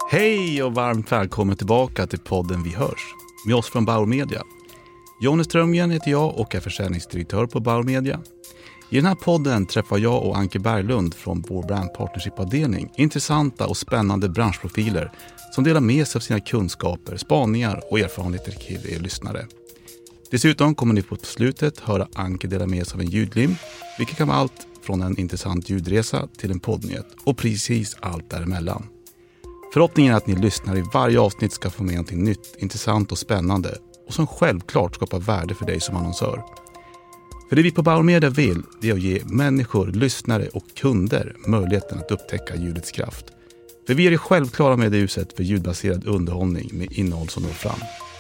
Hej och varmt välkommen tillbaka till podden Vi hörs, med oss från Bauer Media. Jonny Strömgren heter jag och är försäljningsdirektör på Bauer Media. I den här podden träffar jag och Anke Berglund från vår Brand Partnership-avdelning intressanta och spännande branschprofiler som delar med sig av sina kunskaper, spaningar och erfarenheter till er lyssnare. Dessutom kommer ni på slutet höra Anke dela med sig av en ljudlim, vilket kan vara allt från en intressant ljudresa till en poddnyhet och precis allt däremellan. Förhoppningen är att ni lyssnar i varje avsnitt ska få med någonting nytt, intressant och spännande och som självklart skapar värde för dig som annonsör. För det vi på Bauer Media vill är att ge människor, lyssnare och kunder möjligheten att upptäcka ljudets kraft. För vi är det självklara med huset för ljudbaserad underhållning med innehåll som når fram.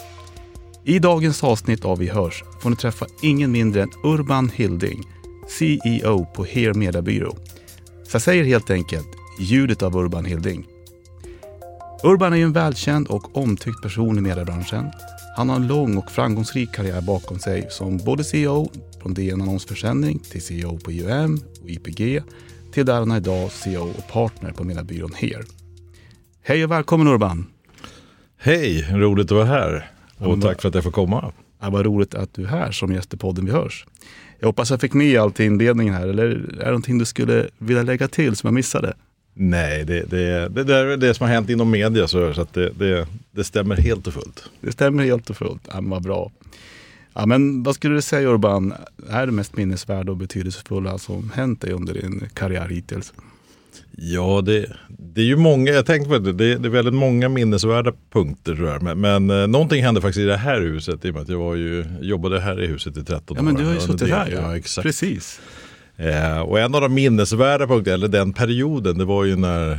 I dagens avsnitt av Vi hörs får ni träffa ingen mindre än Urban Hilding, CEO på Here Mediabyrå. Så jag säger helt enkelt ljudet av Urban Hilding. Urban är ju en välkänd och omtyckt person i mediebranschen. Han har en lång och framgångsrik karriär bakom sig som både CEO från DN Annonsförsäljning till CEO på UM och IPG till där han är idag CEO och partner på mediebyrån Here. Hej och välkommen Urban! Hej, roligt att vara här och tack för att jag får komma. Ja, vad roligt att du är här som gäst i podden Vi hörs. Jag hoppas jag fick med allt i inledningen här, eller är det någonting du skulle vilja lägga till som jag missade? Nej, det är det som har hänt inom media så att det stämmer helt och fullt. Det stämmer helt och fullt, ja, vad bra. Ja, men vad skulle du säga Urban, är det mest minnesvärda och betydelsefulla som hänt dig under din karriär hittills? Ja, det är ju många, jag tänkte på det är väldigt många minnesvärda punkter tror jag. Men någonting hände faktiskt i det här huset i och med att jag jobbade här i huset i 13 år. Ja, men du har ju suttit här. Ja, exakt. Precis. Och en av de minnesvärda punkterna, eller den perioden, det var ju när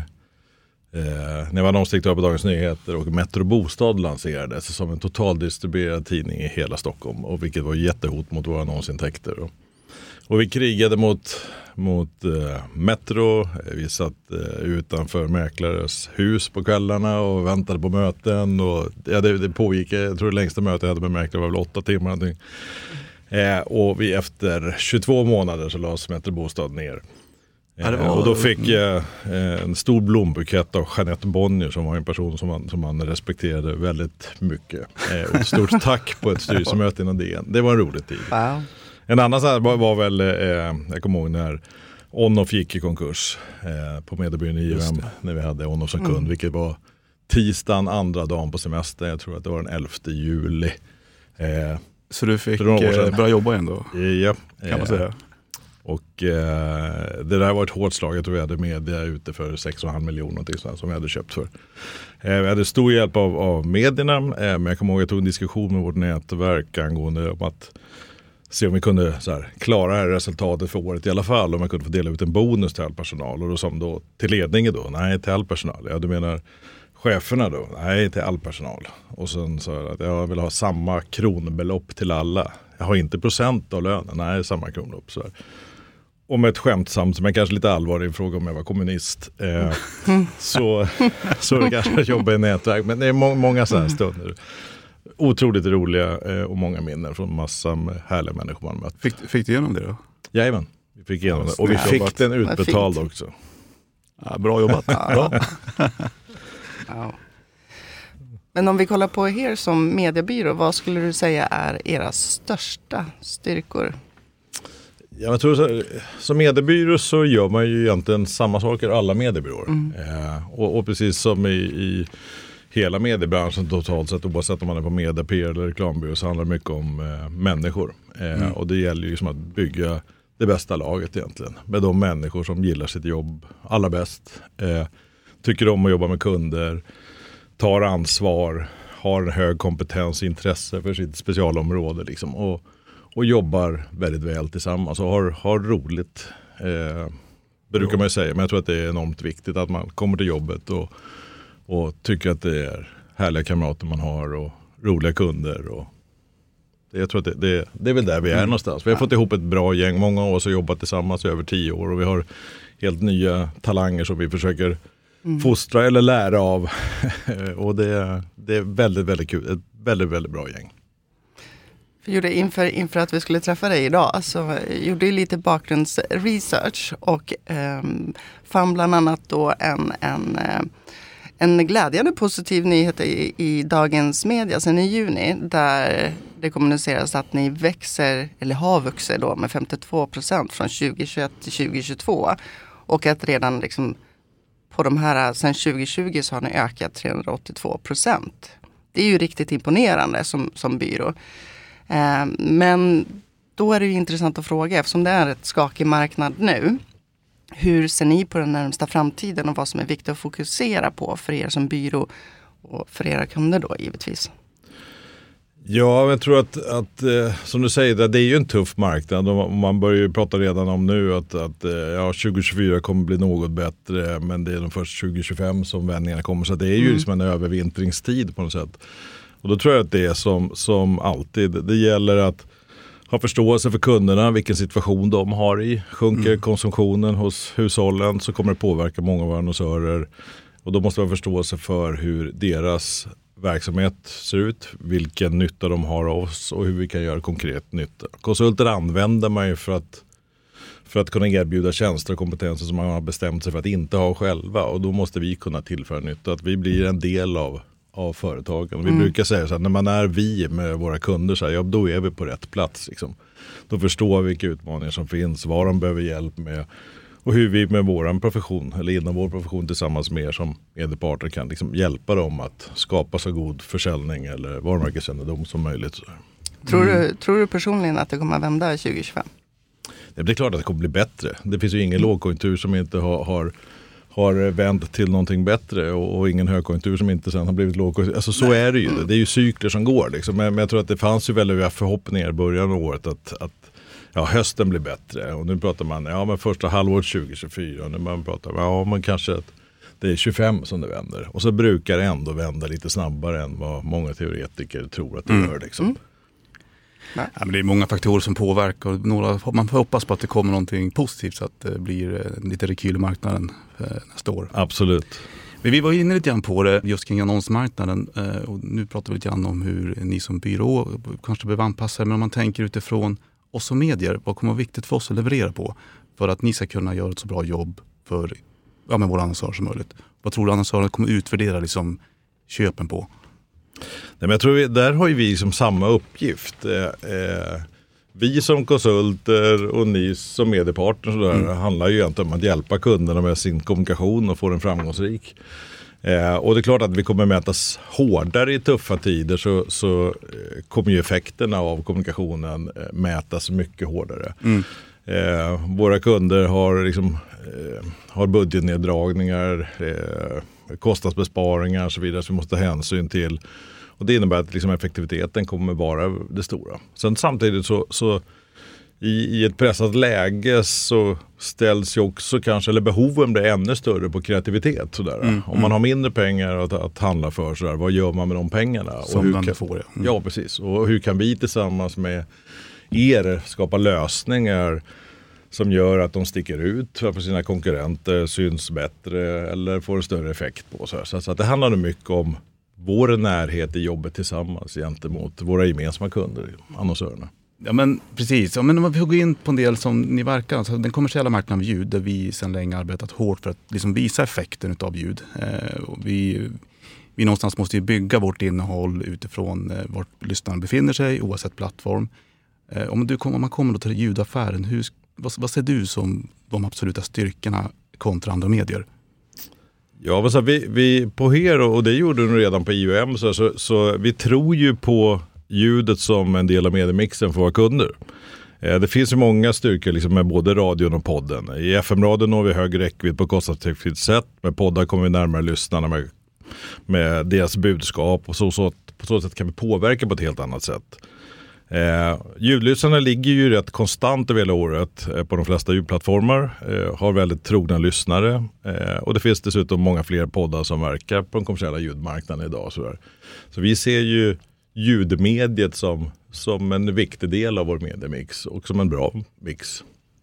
jag var annonsdirektör på Dagens Nyheter och Metro Bostad lanserades som en totaldistribuerad tidning i hela Stockholm, och vilket var jättehot mot våra annonsintäkter. Och vi krigade mot Metro, vi satt utanför mäklares hus på kvällarna och väntade på möten. Och, ja, det pågick, jag tror det längsta mötet jag hade med mäklare var väl 8 timmar någonting. Och vi efter 22 månader så lades Metro Bostad ner. Och då fick jag en stor blombukett av Jeanette Bonnier som var en person som man respekterade väldigt mycket. Och ett stort tack på ett styrelsemöte innan DN. Det var en rolig tid. Wow. En annan så här var väl, jag kommer ihåg när Onoff gick i konkurs på mediebyrån i UM när vi hade Onoff som kund, vilket var tisdagen andra dagen på semester. Jag tror att det var den 11 juli. Så du fick börja jobba igen då? Ja. Kan man säga. Och det där var ett hårt slag. Jag tror vi hade media ute för 6,5 miljoner som vi hade köpt för. Vi hade stor hjälp av medierna, men jag kommer ihåg att jag tog en diskussion med vårt nätverk angående om att se om vi kunde så här, klara det här resultatet för året i alla fall. Om man kunde få dela ut en bonus till all personal. Och då som då till ledningen då, nej till all personal. Ja, du menar cheferna då, nej till all personal. Och sen sa jag att jag vill ha samma kronbelopp till alla. Jag har inte procent av lönen, nej samma kronbelopp. Så här. Och med ett skämtsamt, men kanske lite allvarlig fråga om jag var kommunist. Så det kanske jobbar i nätverk. Men det är många så här stunder. Otroligt roliga och många minnen från massa härliga människor man mött. Fick du igenom det då? Jajamän, vi fick igenom det. Och vi fick den utbetald också. Ja, bra jobbat. Bra. Ja. Men om vi kollar på Here som mediebyrå, vad skulle du säga är era största styrkor? Ja, jag tror som mediebyrå så gör man ju egentligen samma saker alla mediebyråer. Och precis som i hela mediebranschen totalt sett, oavsett om man är på media, PR eller reklambyrå, så handlar det mycket om människor. Och det gäller ju som att bygga det bästa laget egentligen. Med de människor som gillar sitt jobb allra bäst. Tycker om att jobba med kunder. Tar ansvar. Har en hög kompetens och intresse för sitt specialområde. Liksom, och jobbar väldigt väl tillsammans. Och har roligt. Brukar man ju säga. Men jag tror att det är enormt viktigt att man kommer till jobbet och tycker att det är härliga kamrater man har och roliga kunder. Och jag tror att det är väl där vi är någonstans. Vi har fått ihop ett bra gäng. Många av oss har jobbat tillsammans i över 10 år och vi har helt nya talanger som vi försöker fostra eller lära av. Och det är väldigt, väldigt kul. Ett väldigt, väldigt bra gäng. Vi gjorde inför att vi skulle träffa dig idag så gjorde lite bakgrundsresearch och fann bland annat då En glädjande positiv nyhet i dagens media sen i juni, där det kommuniceras att ni växer, eller har vuxit då, med 52% från 2021 till 2022. Och att redan liksom på de här, sen 2020 så har ni ökat 382%. Det är ju riktigt imponerande som byrå. Men då är det ju intressant att fråga, eftersom det är ett skakig marknad nu. Hur ser ni på den närmsta framtiden och vad som är viktigt att fokusera på för er som byrå och för era kunder då givetvis? Ja, jag tror att som du säger, det är ju en tuff marknad och man börjar ju prata redan om nu att 2024 kommer bli något bättre, men det är de först 2025 som vändningarna kommer, så det är ju liksom en övervintringstid på något sätt. Och då tror jag att det är som alltid, det gäller att ha förståelse för kunderna, vilken situation de har i. Sjunker konsumtionen hos hushållen så kommer det påverka många av våra annonsörer. Och då måste man ha förståelse för hur deras verksamhet ser ut, vilken nytta de har av oss och hur vi kan göra konkret nytta. Konsulter använder man ju för att kunna erbjuda tjänster och kompetenser som man har bestämt sig för att inte ha själva. Och då måste vi kunna tillföra nytta, att vi blir en del av företagen. Vi brukar säga så här, när man är vi med våra kunder så här, då är vi på rätt plats. Liksom. Då förstår vi vilka utmaningar som finns, vad de behöver hjälp med och hur vi med vår profession eller inom vår profession tillsammans med er som medpartner kan liksom hjälpa dem att skapa så god försäljning eller varumärkeskännedom som möjligt. Tror du personligen att det kommer att vända 2025? Det är klart att det kommer bli bättre. Det finns ju ingen lågkonjunktur som inte har vänt till någonting bättre och ingen högkonjunktur som inte sen har blivit lågkonjunktur. Alltså så är det ju. Det är ju cykler som går. Liksom. Men jag tror att det fanns ju väldigt förhoppningar i början av året att hösten blir bättre. Och nu pratar man, men första halvåret 2024. Och nu man pratar, men kanske att det är 25 som det vänder. Och så brukar det ändå vända lite snabbare än vad många teoretiker tror att det gör. Liksom. Ja, men det är många faktorer som påverkar. Man får hoppas på att det kommer någonting positivt så att det blir lite rekyl i marknaden nästa år. Absolut. Men vi var inne lite grann på det just kring annonsmarknaden och nu pratar vi lite grann om hur ni som byrå kanske behöver anpassa er. Men om man tänker utifrån oss som medier, vad kommer vara viktigt för oss att leverera på för att ni ska kunna göra ett så bra jobb för med våra annonsörer som möjligt? Vad tror du annonsörer kommer utvärdera liksom köpen på? Nej, men jag tror där har ju vi som samma uppgift. Vi som konsulter och ni som mediepartner handlar ju egentligen om att hjälpa kunderna med sin kommunikation och få den framgångsrik. Och det är klart att vi kommer mätas hårdare i tuffa tider så kommer ju effekterna av kommunikationen mätas mycket hårdare. Våra kunder har budgetneddragningar, kostnadsbesparingar och så vidare som vi måste ta hänsyn till. Och det innebär att effektiviteten kommer vara det stora. Sen samtidigt så i ett pressat läge så ställs ju också kanske, eller behoven blir ännu större på kreativitet. Sådär. Om man har mindre pengar att handla för, sådär, vad gör man med de pengarna? Som man får, ja. Ja, precis. Och hur kan vi tillsammans med er skapa lösningar som gör att de sticker ut för sina konkurrenter, syns bättre eller får en större effekt på. Så att det handlar mycket om vår närhet i jobbet tillsammans gentemot våra gemensamma kunder, annonsörerna. Ja, men precis. Ja, men om vi går in på en del som ni verkar, alltså den kommersiella marknaden av ljud, där vi sedan länge arbetat hårt för att liksom visa effekten av ljud. Och vi någonstans måste ju bygga vårt innehåll utifrån vart lyssnaren befinner sig, oavsett plattform. Om man kommer då till ljudaffären, vad ser du som de absoluta styrkorna kontra andra medier? Ja, men så vi på Hero, och det gjorde du redan på IOM, så vi tror ju på ljudet som en del av mediemixen för våra kunder. Det finns ju många styrkor med både radion och podden. I FM-radion har vi hög räckvidd på kostnadseffektivt sätt. Med poddar kommer vi närmare lyssnarna med deras budskap. Och på så sätt kan vi påverka på ett helt annat sätt. Ljudlyssnarna ligger ju rätt konstant över hela året på de flesta ljudplattformar. Har väldigt trogna lyssnare. Och det finns dessutom många fler poddar som verkar på den kommersiella ljudmarknaden idag. Så vi ser ju ljudmediet som en viktig del av vår mediemix och som en bra mix.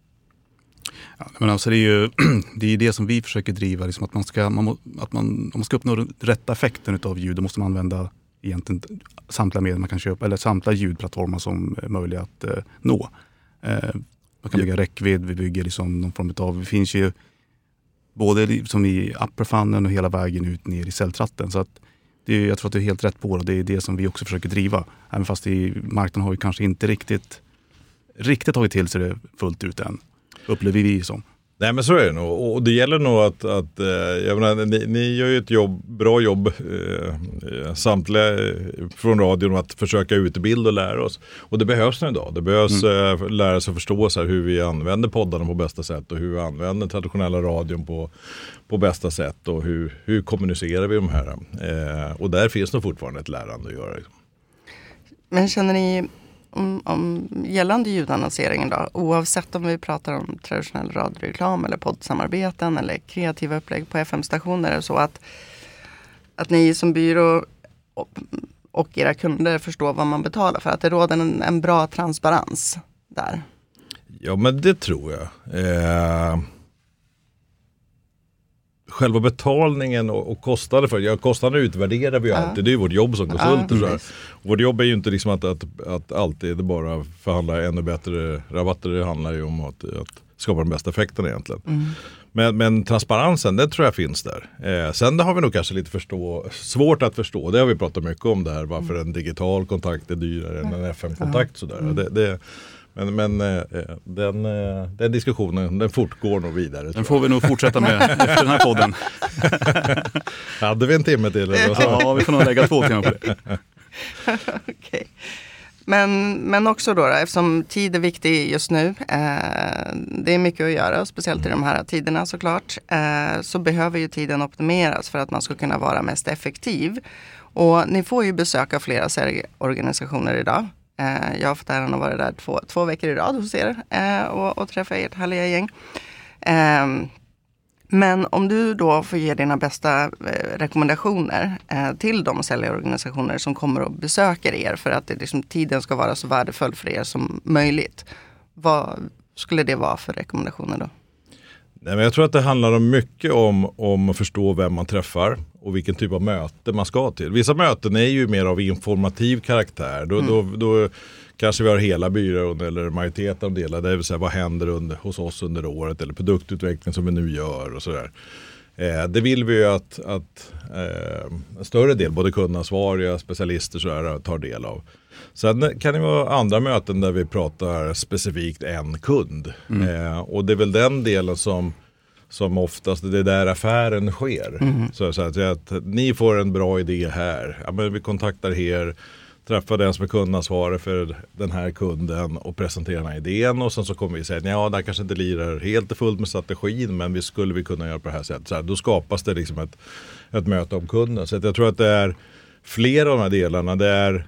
Ja, men alltså det är ju det som vi försöker driva, liksom om man ska uppnå den rätta effekten av ljud, då måste man använda egentligen samtliga medier man kan köpa, eller samtliga ljudplattformar som är möjliga att nå. Man kan bygga räckvidd, vi bygger någon form av, det finns ju Både som i upper funneln och hela vägen ut ner i säljtratten. Så att jag tror att det är helt rätt på det. Det är det som vi också försöker driva. Även fast marknaden har ju kanske inte riktigt tagit till sig det fullt ut än. Upplever vi som. Nej, men så är det nog. Och det gäller nog att jag menar, ni gör ju ett bra jobb samtliga från radion att försöka utbilda och lära oss. Och det behövs nu idag. Det behövs lära sig att förstå så här, hur vi använder poddarna på bästa sätt och hur vi använder traditionella radion på bästa sätt och hur kommunicerar vi de här. Och där finns nog fortfarande ett lärande att göra. Men känner ni om gällande ljudannonseringen då, oavsett om vi pratar om traditionell radioreklam eller poddsamarbeten eller kreativa upplägg på FM-stationer, så att ni som byrå och era kunder förstår vad man betalar för, att det råder en bra transparens där? Ja, men det tror jag. Själva betalningen och kostnader för kostnader utvärderar vi ju alltid. Det är ju vårt jobb som konsulter. Vårt jobb är ju inte liksom att alltid bara förhandla ännu bättre rabatter. Det handlar ju om att skapa den bästa effekten egentligen. Men transparensen, det tror jag finns där. Sen har vi nog kanske lite svårt att förstå. Det har vi pratat mycket om där. Varför en digital kontakt är dyrare än en FM-kontakt. Sådär. Men den diskussionen, den fortgår nog vidare. Den får vi nog fortsätta med efter den här podden. Hade vi en timme till? Eller? Ja, vi får nog lägga 2 timmar på det. Okej. Men också då, eftersom tid är viktig just nu, det är mycket att göra, speciellt i de här tiderna såklart, så behöver ju tiden optimeras för att man ska kunna vara mest effektiv. Och ni får ju besöka flera säljorganisationer idag. Jag har fått äran att vara där 2 veckor i rad hos er och träffa ert härliga gäng. Men om du då får ge dina bästa rekommendationer till de säljorganisationer som kommer och besöker er för att tiden ska vara så värdefull för er som möjligt. Vad skulle det vara för rekommendationer då? Nej, men jag tror att det handlar mycket om att förstå vem man träffar och vilken typ av möte man ska till. Vissa möten är ju mer av informativ karaktär. Då kanske vi har hela byrån eller majoriteten av delar. Det vill säga vad händer hos oss under året eller produktutveckling som vi nu gör och sådär. Det vill vi ju att en större del, både kundansvariga, specialister sådär, tar del av. Sen kan det vara andra möten där vi pratar specifikt en kund. Och det är väl den delen som oftast, det är där affären sker. Så att ni får en bra idé här. Ja, men vi kontaktar er, träffar den som är kundansvarig för den här kunden och presenterar den här idén. Och sen så kommer vi säga, ja, det här kanske inte lirar helt och fullt med strategin, men vi skulle kunna göra på det här sättet. Så här, då skapas det liksom ett möte om kunden. Så att jag tror att det är flera av de här delarna. Det är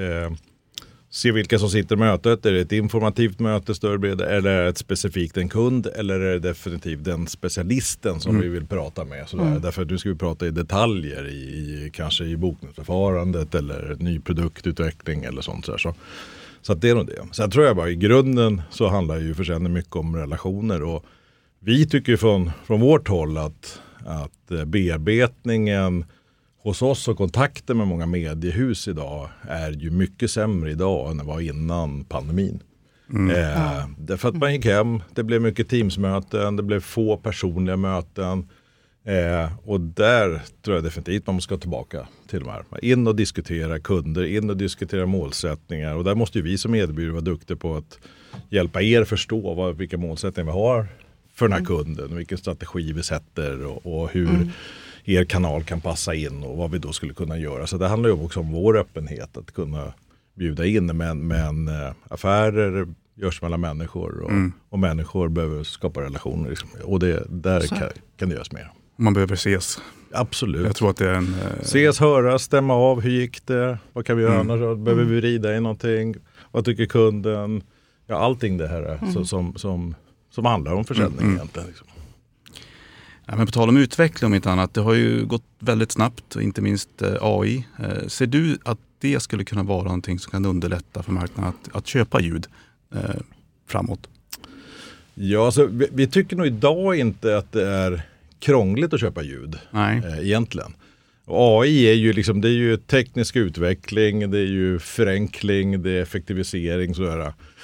se vilka som sitter i mötet. Är det ett informativt möte, större bredd, eller är det ett specifikt en kund, eller är det definitivt den specialisten som vi vill prata med. Därför att nu ska vi prata i detaljer kanske i bokningsförfarandet eller ny produktutveckling eller sånt. Så att det är nog det. Sen tror jag bara i grunden så handlar ju försäljning mycket om relationer, och vi tycker från vårt håll att bearbetningen hos oss och kontakter med många mediehus idag är ju mycket sämre idag än det var innan pandemin. Därför att man gick hem, det blev mycket teamsmöten, det blev få personliga möten. Och där tror jag definitivt man ska tillbaka till de här. In och diskutera kunder, in och diskutera målsättningar. Och där måste ju vi som mediebyrå vara duktiga på att hjälpa er förstå vilka målsättningar vi har för den här kunden. Vilken strategi vi sätter och hur er kanal kan passa in och vad vi då skulle kunna göra. Så det handlar ju också om vår öppenhet att kunna bjuda in. Men affärer görs mellan människor och människor behöver skapa relationer. Liksom. Och där kan det göras mer. Man behöver ses. Absolut. Jag tror att det är ses, höra, stämma av. Hur gick det? Vad kan vi göra annars? Behöver vi rida i någonting? Vad tycker kunden? Ja, allting det här som handlar om försäljning egentligen. Liksom. Ja, men på tal om utveckling om inte annat, det har ju gått väldigt snabbt, och inte minst AI. Ser du att det skulle kunna vara någonting som kan underlätta för marknaden att köpa ljud framåt? Ja, alltså, vi tycker nog idag inte att det är krångligt att köpa ljud. Nej. Egentligen. Och AI är ju liksom, det är ju teknisk utveckling, det är ju förenkling, det är effektivisering sådär.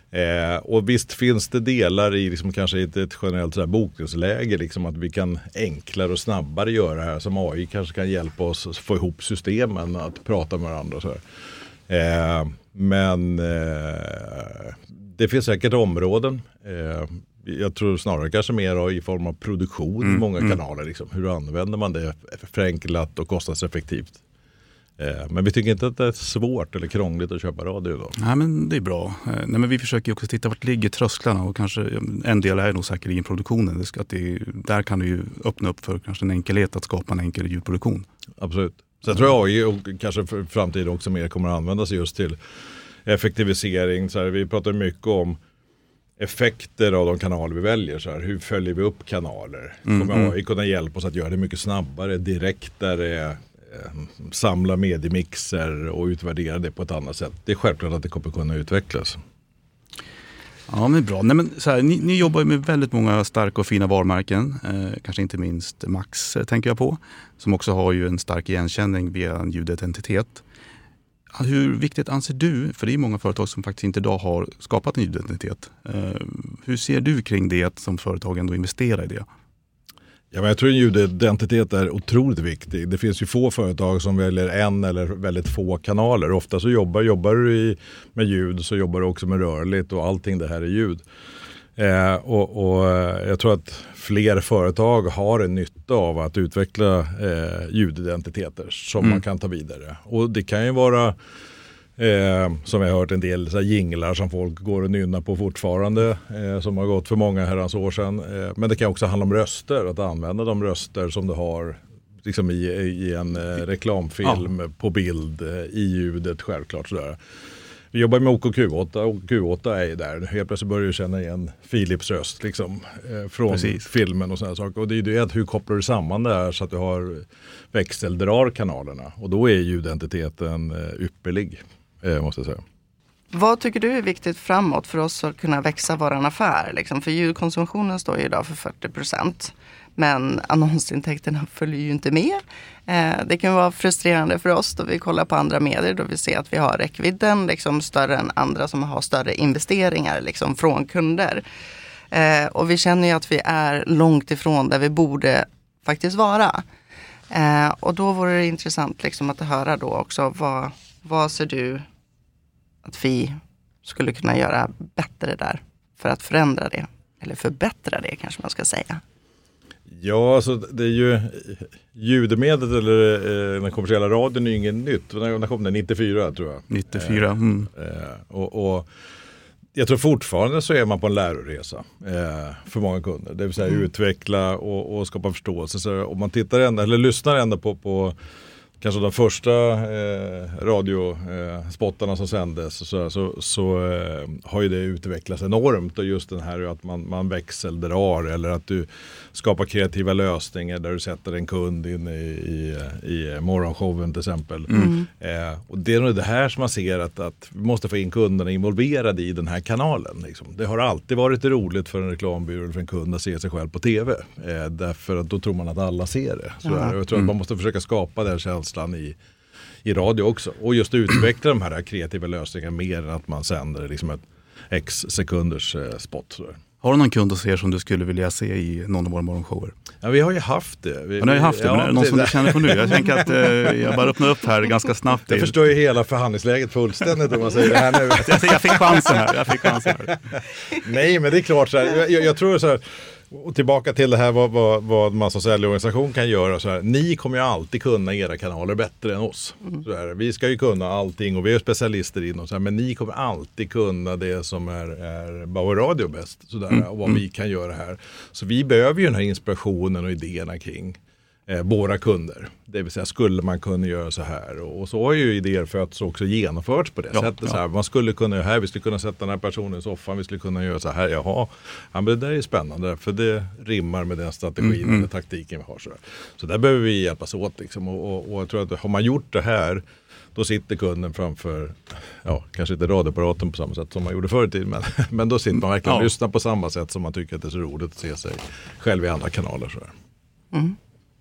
Och visst finns det delar i liksom kanske ett generellt så här bokningsläge liksom att vi kan enklare och snabbare göra det här som AI kanske kan hjälpa oss att få ihop systemen att prata med varandra. Så här. Men det finns säkert områden. Jag tror snarare kanske mer i form av produktion i många kanaler. Liksom. Hur använder man det förenklat och kostnadseffektivt? Men vi tycker inte att det är svårt eller krångligt att köpa radio då. Nej, men det är bra. Nej, men vi försöker också titta vart ligger trösklarna och kanske en del är nog säkerligen produktionen. Där kan du ju öppna upp för kanske en enkelhet att skapa en enkel ljudproduktion. Absolut. Så jag tror AI och kanske för framtiden också mer kommer att användas just till effektivisering. Så här, vi pratar mycket om effekter av de kanaler vi väljer. Så här, hur följer vi upp kanaler? Kommer AI kunna hjälpa oss att göra det mycket snabbare, direktare, samla mediemixer och utvärdera det på ett annat sätt. Det är självklart att det kommer kunna utvecklas. Ja, men bra. Nej, men så här, ni jobbar ju med väldigt många starka och fina varumärken. Kanske inte minst Max tänker jag på. Som också har ju en stark igenkänning via en ljudidentitet. Hur viktigt anser du, för det är många företag som faktiskt inte idag har skapat en ljudidentitet. Hur ser du kring det som företagen ändå investerar i det? Ja, men jag tror en ljudidentitet är otroligt viktig. Det finns ju få företag som väljer en eller väldigt få kanaler. Ofta så jobbar du med ljud så jobbar du också med rörligt och allting det här är ljud. Och jag tror att fler företag har en nytta av att utveckla ljudidentiteter som man kan ta vidare. Och det kan ju vara som jag har hört en del så här jinglar som folk går och nynnar på fortfarande som har gått för många herrans år sedan. Men det kan också handla om röster, att använda de röster som du har liksom i en reklamfilm på bild i ljudet självklart sådär. Vi jobbar med OKQ8 och Q8 är där. Helt plötsligt börjar du känna igen Philips röst liksom, från filmen och sådana saker. Och det är ju det att hur kopplar du samman det här så att du har växeldrar kanalerna. Och då är ljudidentiteten ypperlig, måste jag säga. Vad tycker du är viktigt framåt för oss att kunna växa våran affär? Liksom? För ljudkonsumtionen står ju idag för 40%. Men annonsintäkterna följer ju inte med. Det kan vara frustrerande för oss då vi kollar på andra medier. Då vi ser att vi har räckvidden liksom större än andra som har större investeringar liksom från kunder. Och vi känner ju att vi är långt ifrån där vi borde faktiskt vara. Och då vore det intressant liksom att höra då också vad ser du att vi skulle kunna göra bättre där för att förändra det. Eller förbättra det kanske man ska säga. Ja, alltså det är ju ljudmediet eller den kommersiella radion är ju inget nytt. När kom den? 94 tror jag. 94. Och jag tror fortfarande så är man på en läroresa för många kunder. Det vill säga utveckla och skapa förståelse. Så om man tittar ändå, eller lyssnar ändå på kanske de första radiospottarna som sändes så har ju det utvecklats enormt och just den här att man växeldrar eller att du skapar kreativa lösningar där du sätter en kund in i morgonshowen till exempel. Och det är nog det här som man ser att vi måste få in kunderna involverade i den här kanalen. Liksom. Det har alltid varit roligt för en reklambyrå eller för en kund att se sig själv på tv. Därför att då tror man att alla ser det. Så jag tror att man måste försöka skapa den känslan i radio också. Och just utveckla de här kreativa lösningarna mer än att man sänder liksom ett x sekunders spot. Sådär. Har du någon kund hos er som du skulle vilja se i någon av våra morgonshower? Ja, vi har ju haft det. Ni har ju haft det, men är det någon som du känner på nu? Jag tänker att jag bara öppnar upp här ganska snabbt. Jag förstår ju hela förhandlingsläget fullständigt om man säger det här nu. Jag fick chansen här. Nej, men det är klart så här. Jag tror så här. Och tillbaka till det här vad man som säljorganisation kan göra. Så här, ni kommer ju alltid kunna era kanaler bättre än oss. Så här, vi ska ju kunna allting och vi är specialister inom så här, men ni kommer alltid kunna det som är Bauer Radio bäst. Så där, och vad vi kan göra här. Så vi behöver ju den här inspirationen och idéerna kring våra kunder. Det vill säga, skulle man kunna göra så här? Och så har ju idéer fötts också genomförts på det sättet. Så här, man skulle kunna göra här, vi skulle kunna sätta den här personen i soffan, vi skulle kunna göra så här. Ja, men det där är spännande för det rimmar med den strategin eller taktiken vi har. Så där behöver vi hjälpas åt. Liksom. Och jag tror att har man gjort det här, då sitter kunden framför, kanske inte radioapparaten på samma sätt som man gjorde förr i tiden, men då sitter man verkligen och lyssnar på samma sätt som man tycker att det är så roligt att se sig själv i andra kanaler. Så här.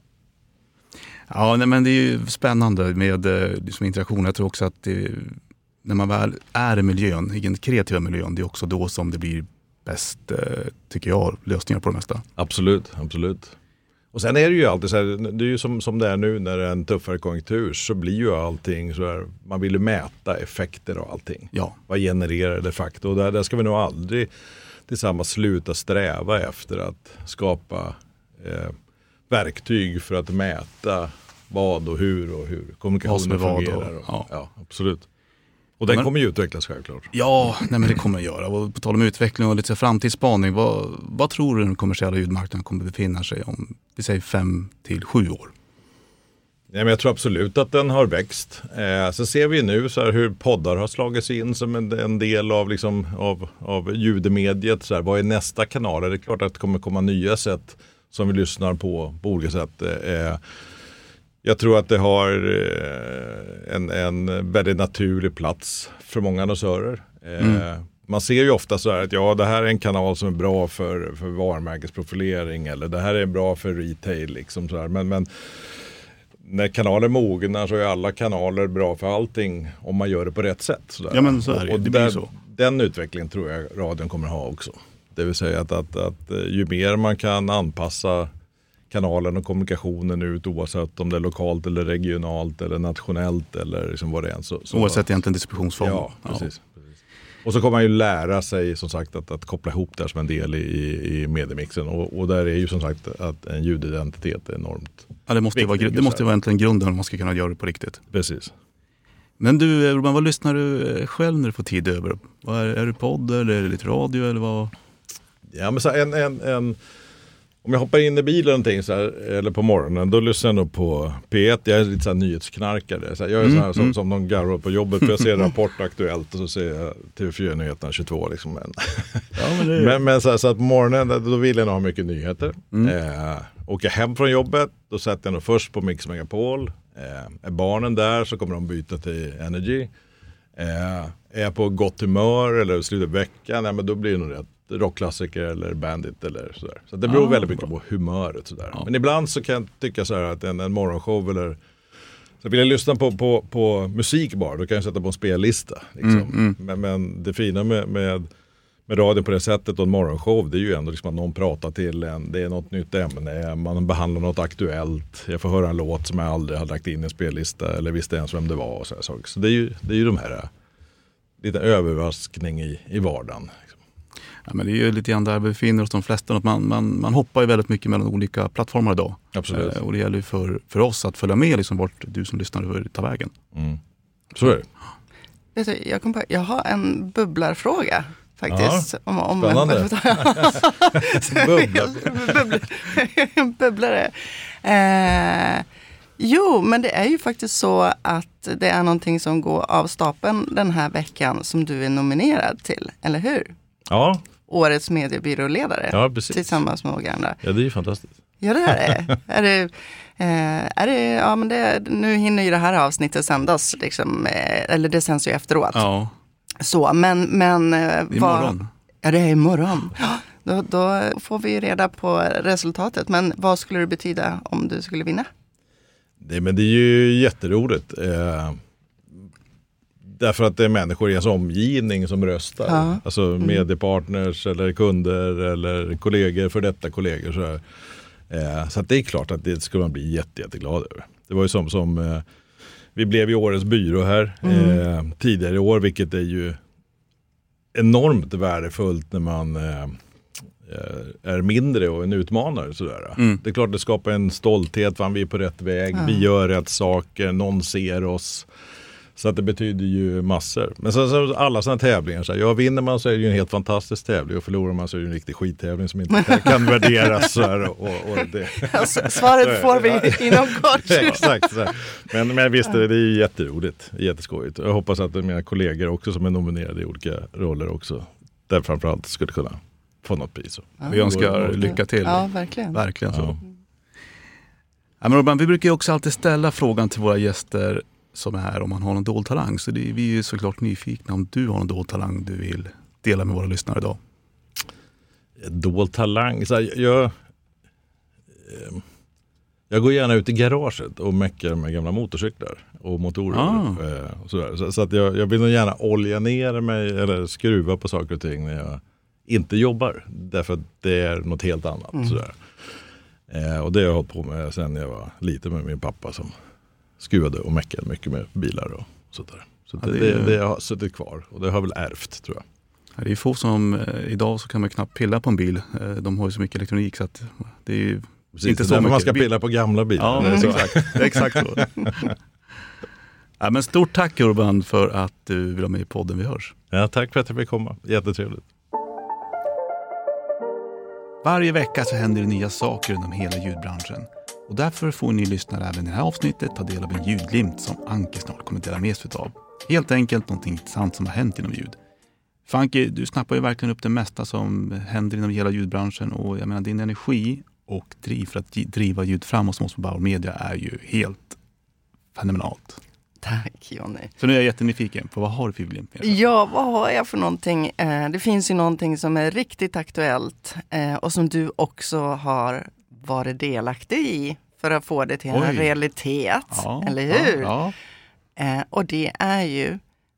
Ja, men det är ju spännande med liksom interaktion. Jag tror också att när man väl är i miljön, i den kreativa miljön, det är också då som det blir bäst, tycker jag, lösningar på det mesta. Absolut. Och sen är det ju alltid så här, det är ju som det är nu när det är en tuffare konjunktur, så blir ju allting så här, man vill ju mäta effekter och allting. Ja. Vad genererar det facto? Och där ska vi nog aldrig tillsammans sluta sträva efter att skapa verktyg för att mäta vad och hur kommunikationen fungerar. Ja, absolut. Och den kommer ju utvecklas självklart. Ja, men det kommer att göra. Och på tal om utveckling och lite framtidsspaning, vad tror du den kommersiella ljudmarknaden kommer befinna sig om, vi säger 5 till 7 år? Ja, men jag tror absolut att den har växt. Så ser vi nu så här hur poddar har slagit sig in som en del av, liksom, av ljudmediet. Så här, vad är nästa kanal? Det är klart att det kommer komma nya sätt som vi lyssnar på olika sätt. Jag tror att det har en väldigt naturlig plats för många annonsörer. Man ser ju ofta så här att det här är en kanal som är bra för varumärkesprofilering, eller det här är bra för retail. Liksom så här. Men när kanaler mognar så är alla kanaler bra för allting om man gör det på rätt sätt. Så där. Ja, men så är det. Och det blir så. Den utvecklingen tror jag radion kommer ha också. Det vill säga att ju mer man kan anpassa kanalen och kommunikationen ut, oavsett om det är lokalt eller regionalt eller nationellt eller liksom vad det är. Så oavsett egentligen distributionsform. Ja, precis. Och så kommer man ju lära sig som sagt att koppla ihop det här som en del i mediemixen. Och där är ju som sagt att en ljudidentitet är enormt. Ja, det måste vara egentligen grunden om man ska kunna göra det på riktigt. Precis. Men du, Robban, vad lyssnar du själv när du får tid över? Är det podd eller är det lite radio eller vad? Ja, men så om jag hoppar in i bilen någonting så här, eller på morgonen, då lyssnar jag nog på P1. Jag är lite så här nyhetsknarkare. Så här, jag är så här som någon garvar på jobbet, för jag ser Rapport Aktuellt och så ser jag TV4-nyheterna 22. Liksom. Men så att på morgonen då vill jag nog ha mycket nyheter. Åker jag hem från jobbet, då sätter jag nog först på Mix Megapol. Är barnen där så kommer de byta till Energy. Är jag på gott humör eller slutet veckan, men då blir det nog rätt rockklassiker eller bandit eller sådär. Så det beror väldigt mycket på humöret sådär. Men ibland så kan jag tycka så här att en morgonshow eller så vill jag lyssna på musik bara, då kan jag sätta på en spellista. Liksom. Men det fina med radio på det sättet och en morgonshow, det är ju ändå liksom att någon pratar till en, det är något nytt ämne, man behandlar något aktuellt, jag får höra en låt som jag aldrig har lagt in i en spellista eller visste ens vem det var och så saker. Så det är ju de här lite överraskning i vardagen. Ja, men det är ju lite grann där vi befinner oss de flesta. Att man hoppar ju väldigt mycket mellan olika plattformar idag. Absolut. Och det gäller ju för oss att följa med liksom, vart du som lyssnar tar vägen. Så är det. Vet du, jag har en bubblarfråga faktiskt. Ja, spännande. Bubblare. Jo, men det är ju faktiskt så att det är någonting som går av stapeln den här veckan som du är nominerad till, eller hur? Ja. Årets mediebyråledare. Ja, precis. Tillsammans med några andra. Ja, det är ju fantastiskt. Ja, det är det. Ja, men nu hinner ju det här avsnittet sändas, liksom, eller det sänds ju efteråt. Ja. Så, men imorgon. Ja, det är imorgon. Då får vi reda på resultatet. Men vad skulle det betyda om du skulle vinna? Men det är ju jätteroligt. Därför att det är människor i ens omgivning som röstar. Ja. Alltså mediepartners eller kunder eller kollegor, för detta kollegor. Så att det är klart att det skulle man bli jätteglad över. Det var ju som vi blev i årets byrå här tidigare i år, vilket är ju enormt värdefullt när man är mindre och en utmanare. Sådär. Det är klart det skapar en stolthet, för vi är på rätt väg, vi gör rätt saker, någon ser oss. Så att det betyder ju massor. Men så alla sådana tävlingar, så här, vinner man så är det ju en helt fantastisk tävling, och förlorar man så är det en riktig skittävling som inte kan värderas. Så här, och det. Alltså, svaret får vi inom kort. Exakt. Så men visst, det är ju jätteroligt, jätteskojigt. Jag hoppas att mina kollegor också som är nominerade i olika roller också, där framförallt skulle kunna få något pris. Vi önskar lycka till. Ja, verkligen. Verkligen så. Ja, men Robban, vi brukar ju också alltid ställa frågan till våra gäster som är här om man har någon dold talang. Så vi är ju såklart nyfikna om du har någon dold talang du vill dela med våra lyssnare idag. Dold talang? Så här, Jag går gärna ut i garaget och mäckar med gamla motorcyklar och motorer. Och sådär. Så att jag vill nog gärna olja ner mig eller skruva på saker och ting när jag inte jobbar. Därför att det är något helt annat. Sådär. Och det har jag hållit på med sen jag var liten med min pappa som skruvade och mäckade mycket med bilar och sådär. Så det har suttit kvar och det har väl ärvt, tror jag. Det är få som idag så kan man knappt pilla på en bil. De har ju så mycket elektronik så att det är ju inte så mycket. Man ska pilla på gamla bilar. Ja, exakt så. Ja, men stort tack Urban för att du vill vara med i podden Vi hörs. Ja, tack för att jag fick komma. Jättetrevligt. Varje vecka så händer det nya saker inom hela ljudbranschen. Och därför får ni lyssnare även i det här avsnittet ta del av en ljudglimt som Anke snart kommer dela med sig av. Helt enkelt någonting intressant som har hänt inom ljud. För Anke, du snappar ju verkligen upp det mesta som händer inom hela ljudbranschen. Och jag menar, din energi och driv för att driva ljud framåt som oss på Bauer Media är ju helt fenomenalt. Tack Jonny. Så nu är jag jättenyfiken på vad har du för glimt med? Ja, vad har jag för någonting? Det finns ju någonting som är riktigt aktuellt och som du också har varit delaktig i för att få det till en realitet, eller hur? Ja. Och det är ju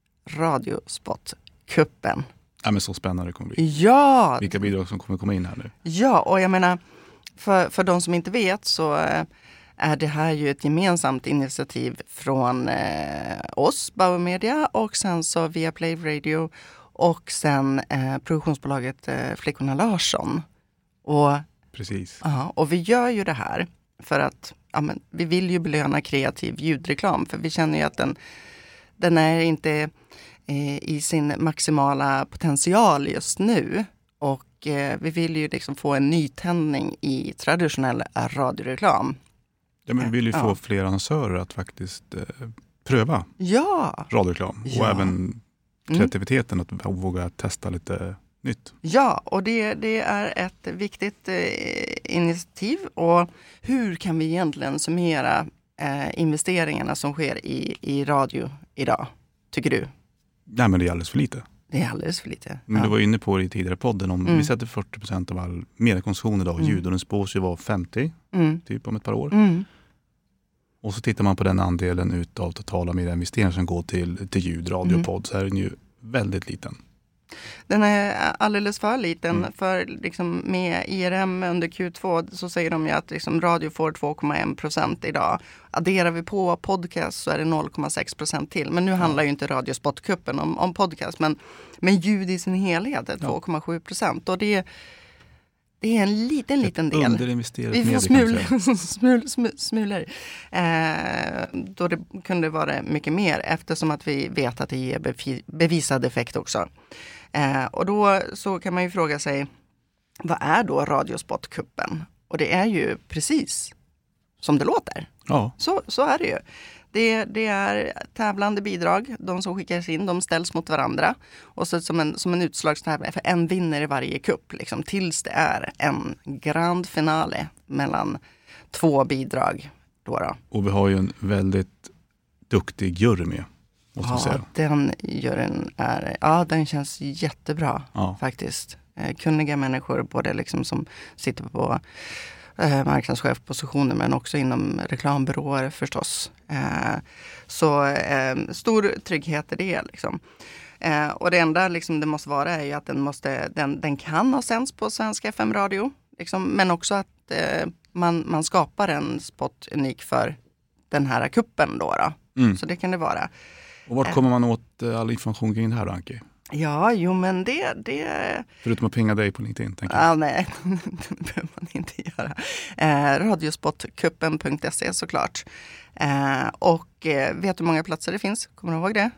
Radiospotkuppen. Ja, men så spännande det kommer bli. Ja! Vilka bidrag som kommer komma in här nu. Ja, och jag menar, för de som inte vet så är det här ju ett gemensamt initiativ från oss, Bauer Media, och sen så via Play Radio och sen produktionsbolaget Flickorna Larsson. Och, precis. Ja, och vi gör ju det här för att vi vill ju belöna kreativ ljudreklam, för vi känner ju att den är inte i sin maximala potential just nu. Och vi vill ju liksom få en nytändning i traditionell radioreklam. Ja, men vi vill ju få fler annonsörer att faktiskt pröva radioreklam. Och även kreativiteten att våga testa lite nytt. Ja, och det är ett viktigt initiativ. Och hur kan vi egentligen summera investeringarna som sker i radio idag, tycker du? Nej, men det är alldeles för lite. Det är alldeles för lite. Men du var inne på det i tidigare podden om vi sätter 40% av all mediekonsumtion idag ljud och den spås ju vara 50 typ om ett par år. Och så tittar man på den andelen utav totala medieinvesteringar som går till ljud, radio och podd, så är den ju väldigt liten. Den är alldeles för liten för liksom med IRM under Q2 så säger de ju att liksom radio får 2,1% idag. Adderar vi på podcast så är det 0,6% till. Men nu handlar ju inte Radiospotkuppen om podcast, men ljud i sin helhet är 2,7%. Och det är en liten del. Underinvesterat vi får smulor. Då det kunde vara mycket mer eftersom att vi vet att det ger bevisad effekt också. Och då så kan man ju fråga sig, vad är då Radiospotkuppen? Och det är ju precis som det låter. Ja. Så är det ju. Det är tävlande bidrag. De som skickas in, de ställs mot varandra. Och så som en utslagstävling. För en vinner i varje kupp. Liksom, tills det är en grand finale mellan 2 bidrag. Då. Och vi har ju en väldigt duktig jury med. Måste jag säga. Den juryn den känns jättebra faktiskt. Kunniga människor, både liksom som sitter på marknadschefpositioner men också inom reklambyråer förstås. Så stor trygghet är det liksom. Och det enda liksom det måste vara är ju att den kan ha sänds på Svenska FM-radio. Liksom, men också att man skapar en spot unik för den här kuppen då. Så det kan det vara. Och vart kommer man åt all information kring det här då, Anke? Ja, jo men det... Förutom att pinga dig på LinkedIn, tänker jag. Nej, det behöver man inte göra. Radiospotkuppen.se såklart. Och vet du hur många platser det finns? Kommer du ihåg det?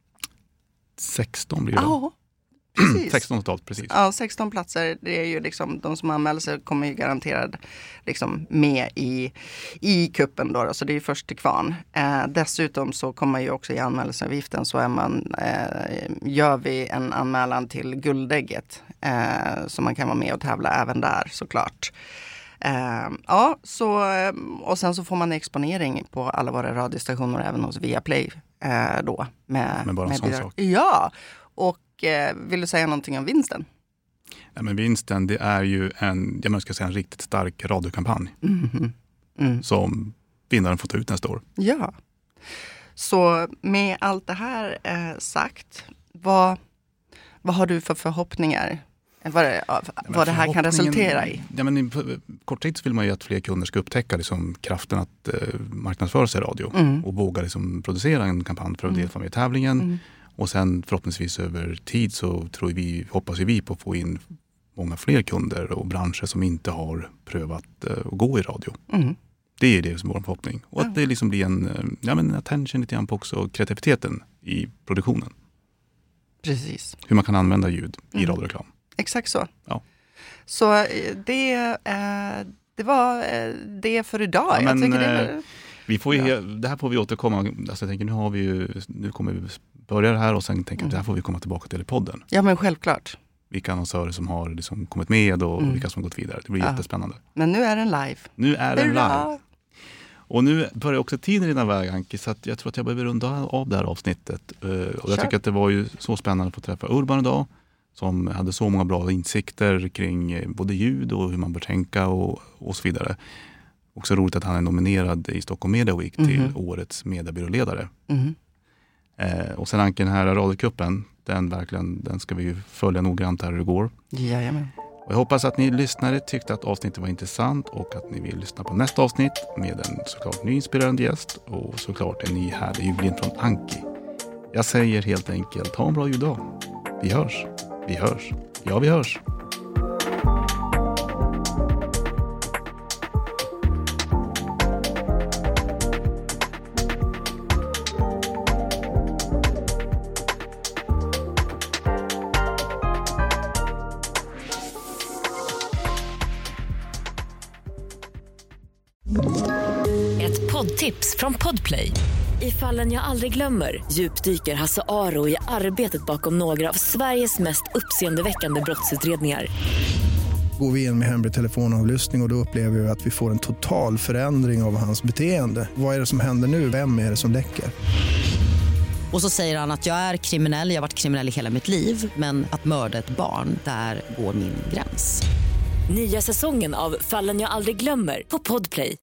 16 blir det. Ja, precis. 16 totalt, precis. Ja, 16 platser. Det är ju liksom, de som anmäler sig kommer ju garanterad liksom med i kuppen då. Så det är först till kvarn. Dessutom så kommer ju också i anmälningsavgiften så gör vi en anmälan till Guldägget. Så man kan vara med och tävla även där såklart. Och sen så får man exponering på alla våra radiostationer även hos Viaplay då. Men bara en sån sak. Ja, och vill du säga någonting om vinsten? Ja, men vinsten, det är ju en riktigt stark radiokampanj. som vinnaren får ta ut nästa år. Ja. Så med allt det här sagt, vad har du för förhoppningar? Vad det här kan resultera i? Ja, men kort sikt vill man ju att fler kunder ska upptäcka liksom kraften att marknadsföra sig i radio. Och våga liksom producera en kampanj för att delta med i tävlingen. Och sen förhoppningsvis över tid så hoppas vi på att få in många fler kunder och branscher som inte har prövat att gå i radio. Det är det som är vår förhoppning. Och att det liksom blir en attention lite grann på också kreativiteten i produktionen. Precis. Hur man kan använda ljud i radioreklam. Exakt så. Ja. Så det var det för idag. Ja, men, jag tycker vi får det här får vi återkomma. Alltså, jag tänker, nu kommer vi börja det här och sen tänker jag att det här får vi komma tillbaka till i podden. Ja, men självklart. Vilka annonsörer som har liksom kommit med och vilka som har gått vidare. Det blir jättespännande. Men nu är den live. Nu är den live. Och nu börjar också tiden rinna iväg, Anki, så att jag tror att jag behöver runda av det här avsnittet. Och jag tycker att det var ju så spännande att få träffa Urban idag, som hade så många bra insikter kring både ljud och hur man bör tänka och så vidare. Också roligt att han är nominerad i Stockholm Media Week till årets mediebyråledare. Och sen Anki, den här radiokuppen, den ska vi ju följa noggrant här hur det går. Jajamän. Och jag hoppas att ni lyssnare tyckte att avsnittet var intressant och att ni vill lyssna på nästa avsnitt med en såklart ny inspirerande gäst och såklart en ny härlig julbild från Anki. Jag säger helt enkelt, ha en bra juldag. Vi hörs. Ja, vi hörs. Ett poddtips från Podplay. I Fallen jag aldrig glömmer djupdyker Hasse Aro i arbetet bakom några av Sveriges mest uppseendeväckande brottsutredningar. Går vi in med hemlig telefonavlyssning och då upplever vi att vi får en total förändring av hans beteende. Vad är det som händer nu? Vem är det som läcker? Och så säger han att jag är kriminell, jag har varit kriminell i hela mitt liv. Men att mörda ett barn, där går min gräns. Nya säsongen av Fallen jag aldrig glömmer på Podplay.